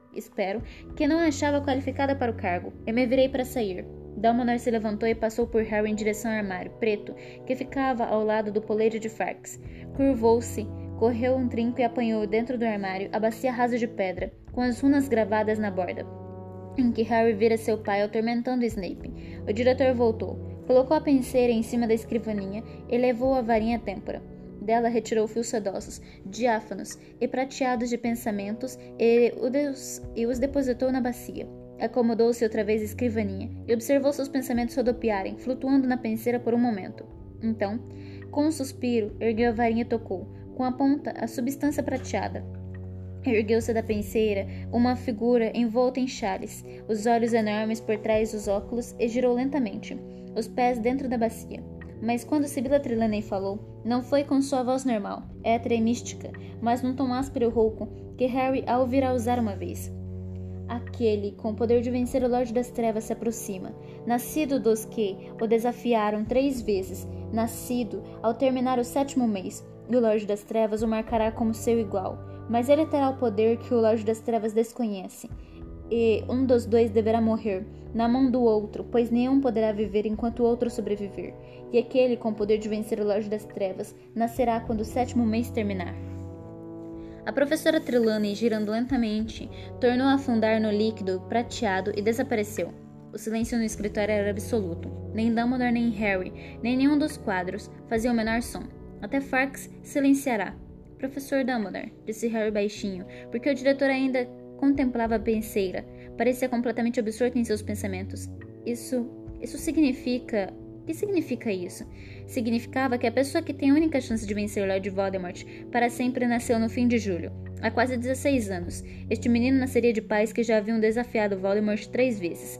o cargo. Eu me virei para sair. Dumbledore se levantou e passou por Harry em direção ao armário preto, que ficava ao lado do poleiro de Farx. Curvou-se, correu um trinco e apanhou dentro do armário a bacia rasa de pedra, com as runas gravadas na borda, em que Harry vira seu pai atormentando Snape. O diretor voltou, colocou a penseira em cima da escrivaninha e levou a varinha à têmpora. Dela retirou fios sedosos, diáfanos e prateados de pensamentos e os depositou na bacia. Acomodou-se outra vez à escrivaninha e observou seus pensamentos rodopiarem, flutuando na penseira por um momento. Então, com um suspiro, ergueu a varinha e tocou, com a ponta, a substância prateada. Ergueu-se da penseira uma figura envolta em xales, os olhos enormes por trás dos óculos, e girou lentamente, os pés dentro da bacia. Mas quando Sibylla Trelawney falou, não foi com sua voz normal, hétera e mística, mas num tom áspero e rouco, que Harry a ouvirá usar uma vez. Aquele, com o poder de vencer o Lorde das Trevas, se aproxima, nascido dos que o desafiaram 3 vezes, nascido ao terminar o 7º mês, e o Lorde das Trevas o marcará como seu igual, mas ele terá o poder que o Lorde das Trevas desconhece, e um dos dois deverá morrer, na mão do outro, pois nenhum poderá viver enquanto o outro sobreviver, e aquele com o poder de vencer o Lorde das Trevas nascerá quando o 7º mês terminar. A professora Trelawney, girando lentamente, tornou a afundar no líquido prateado e desapareceu. O silêncio no escritório era absoluto. Nem Dumbledore, nem Harry, nem nenhum dos quadros fazia o menor som. Até Farx silenciará. Professor Dumbledore, disse Harry baixinho, porque o diretor ainda contemplava a penseira. Parecia completamente absorto em seus pensamentos. Isso significa... O que significa isso? Significava que a pessoa que tem a única chance de vencer Lord Voldemort para sempre nasceu no fim de julho, há quase 16 anos. Este menino nasceria de pais que já haviam desafiado Voldemort 3 vezes.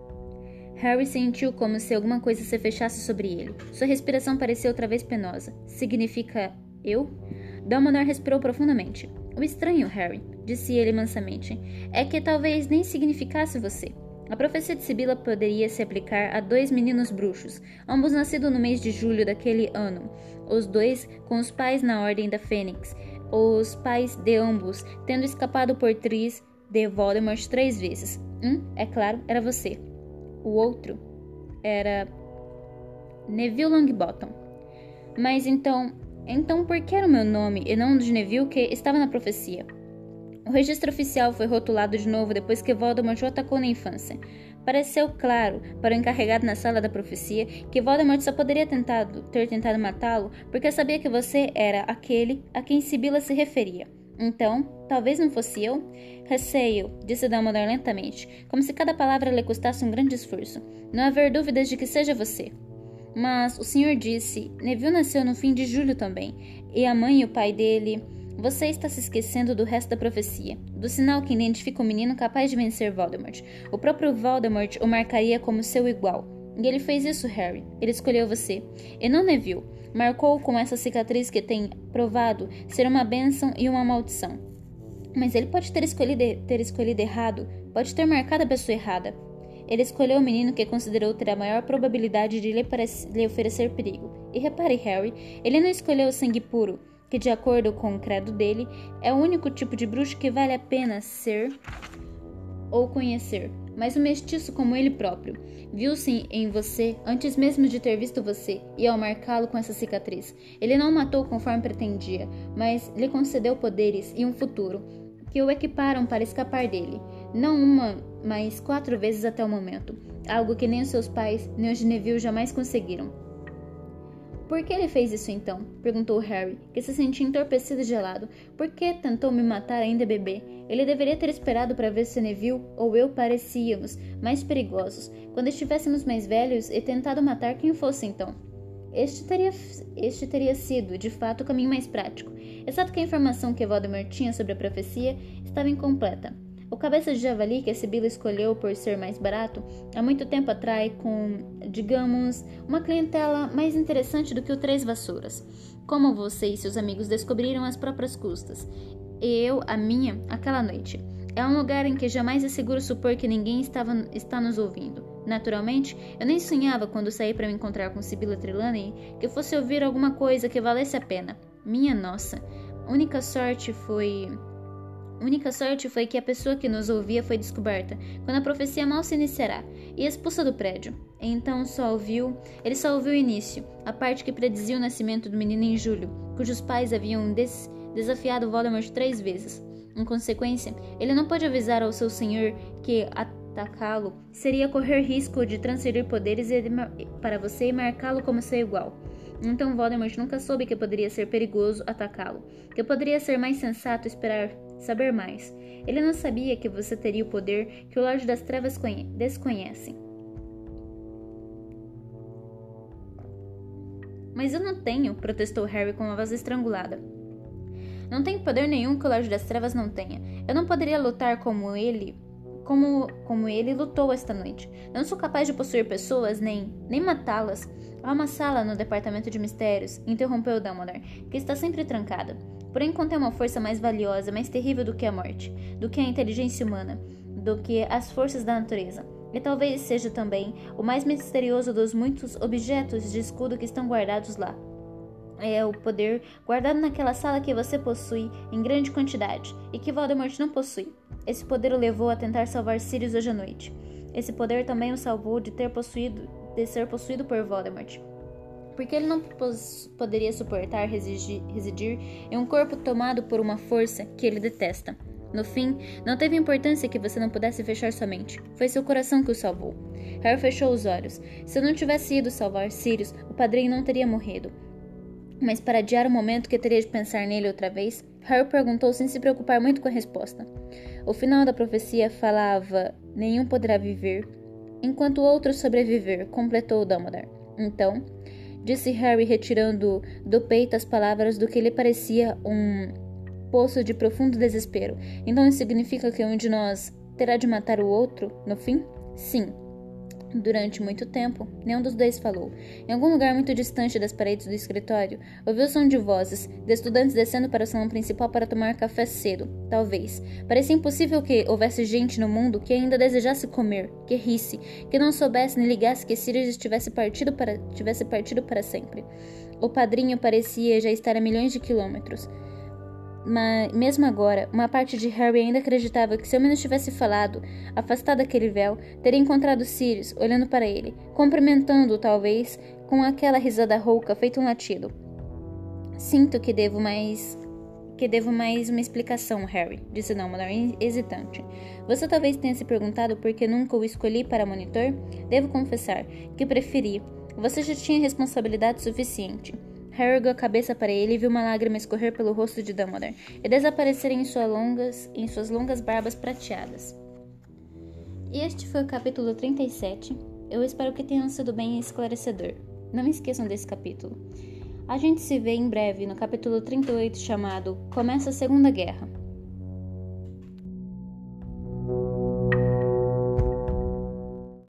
Harry sentiu como se alguma coisa se fechasse sobre ele. Sua respiração parecia outra vez penosa. Significa eu? Dumbledore respirou profundamente. O estranho, Harry, disse ele mansamente, é que talvez nem significasse você. A profecia de Sibylla poderia se aplicar a 2 meninos bruxos, ambos nascidos no mês de julho daquele ano, os 2 com os pais na Ordem da Fênix, os pais de ambos tendo escapado por triz de Voldemort 3 vezes. É claro, era você. O outro era Neville Longbottom. Mas então, Então por que era o meu nome e não o de Neville que estava na profecia? O registro oficial foi rotulado de novo depois que Voldemort o atacou na infância. Pareceu claro para o encarregado na sala da profecia que Voldemort só poderia ter tentado matá-lo porque sabia que você era aquele a quem Sibila se referia. Então, talvez não fosse eu? Receio, disse Dumbledore lentamente, como se cada palavra lhe custasse um grande esforço. Não haver dúvidas de que seja você. Mas o senhor disse, Neville nasceu no fim de julho também, e a mãe e o pai dele... Você está se esquecendo do resto da profecia, do sinal que identifica o menino capaz de vencer Voldemort. O próprio Voldemort o marcaria como seu igual. E ele fez isso, Harry. Ele escolheu você, e não Neville. Marcou com essa cicatriz que tem provado ser uma bênção e uma maldição. Mas ele pode ter escolhido errado, pode ter marcado a pessoa errada. Ele escolheu o menino que considerou ter a maior probabilidade de lhe oferecer perigo. E repare, Harry, ele não escolheu o sangue puro, que, de acordo com o credo dele, é o único tipo de bruxo que vale a pena ser ou conhecer, mas o mestiço como ele próprio. Viu-se em você antes mesmo de ter visto você, e ao marcá-lo com essa cicatriz, ele não o matou conforme pretendia, mas lhe concedeu poderes e um futuro, que o equiparam para escapar dele, não uma, mas 4 vezes até o momento, algo que nem os seus pais, nem os de Neville jamais conseguiram. Por que ele fez isso então? Perguntou Harry, que se sentia entorpecido e gelado. Por que tentou me matar ainda bebê? Ele deveria ter esperado para ver se Neville ou eu parecíamos mais perigosos, quando estivéssemos mais velhos, e tentado matar quem fosse então. Este teria sido, de fato, o caminho mais prático, exceto que a informação que Voldemort tinha sobre a profecia estava incompleta. O cabeça de javali que a Sibila escolheu por ser mais barato, há muito tempo atrai com, digamos, uma clientela mais interessante do que o Três Vassouras. Como você e seus amigos descobriram às próprias custas. E eu, a minha, aquela noite. É um lugar em que jamais é seguro supor que ninguém está nos ouvindo. Naturalmente, eu nem sonhava quando saí para me encontrar com Sibila Trelawney que fosse ouvir alguma coisa que valesse a pena. Minha nossa, única sorte foi que a pessoa que nos ouvia foi descoberta, quando a profecia mal se iniciará, e expulsa do prédio. Então ele só ouviu o início, a parte que predizia o nascimento do menino em julho, cujos pais haviam desafiado Voldemort 3 vezes. Em consequência, ele não pôde avisar ao seu senhor que atacá-lo seria correr risco de transferir poderes para você e marcá-lo como seu igual. Então Voldemort nunca soube que poderia ser perigoso atacá-lo, que poderia ser mais sensato esperar saber mais. Ele não sabia que você teria o poder que o Lorde das Trevas desconhece. Mas eu não tenho, protestou Harry com uma voz estrangulada. Não tenho poder nenhum que o Lorde das Trevas não tenha. Eu não poderia lutar como ele lutou esta noite. Não sou capaz de possuir pessoas, nem matá-las. Há uma sala no departamento de mistérios, interrompeu Dumbledore, que está sempre trancada. Porém contém uma força mais valiosa, mais terrível do que a morte, do que a inteligência humana, do que as forças da natureza. E talvez seja também o mais misterioso dos muitos objetos de escudo que estão guardados lá. É o poder guardado naquela sala que você possui em grande quantidade e que Voldemort não possui. Esse poder o levou a tentar salvar Sirius hoje à noite. Esse poder também o salvou de ser possuído por Voldemort. Porque ele não poderia suportar residir em um corpo tomado por uma força que ele detesta. No fim, não teve importância que você não pudesse fechar sua mente. Foi seu coração que o salvou. Harry fechou os olhos. Se eu não tivesse ido salvar Sirius, o padrinho não teria morrido. Mas para adiar o momento que teria de pensar nele outra vez, Harry perguntou sem se preocupar muito com a resposta. O final da profecia falava: nenhum poderá viver, enquanto outro sobreviver, completou Dumbledore. Então, disse Harry, retirando do peito as palavras do que lhe parecia um poço de profundo desespero. Então isso significa que um de nós terá de matar o outro, no fim? Sim. Durante muito tempo, nenhum dos dois falou. Em algum lugar muito distante das paredes do escritório, ouviu o som de vozes, de estudantes descendo para o salão principal para tomar café cedo, talvez. Parecia impossível que houvesse gente no mundo que ainda desejasse comer, que risse, que não soubesse nem ligasse que Sirius tivesse partido para sempre. O padrinho parecia já estar a milhões de quilômetros. Mas, mesmo agora, uma parte de Harry ainda acreditava que se ao menos tivesse falado, afastado daquele véu, teria encontrado Sirius, olhando para ele, cumprimentando-o talvez, com aquela risada rouca feito um latido. Sinto que devo mais uma explicação, Harry, disse Dumbledore, hesitante. Você talvez tenha se perguntado por que nunca o escolhi para monitor? Devo confessar que preferi. Você já tinha responsabilidade suficiente. Harry ergueu a cabeça para ele e viu uma lágrima escorrer pelo rosto de Dumbledore e desaparecer em suas longas barbas prateadas. E este foi o capítulo 37. Eu espero que tenha sido bem esclarecedor. Não esqueçam desse capítulo. A gente se vê em breve no capítulo 38, chamado Começa a Segunda Guerra.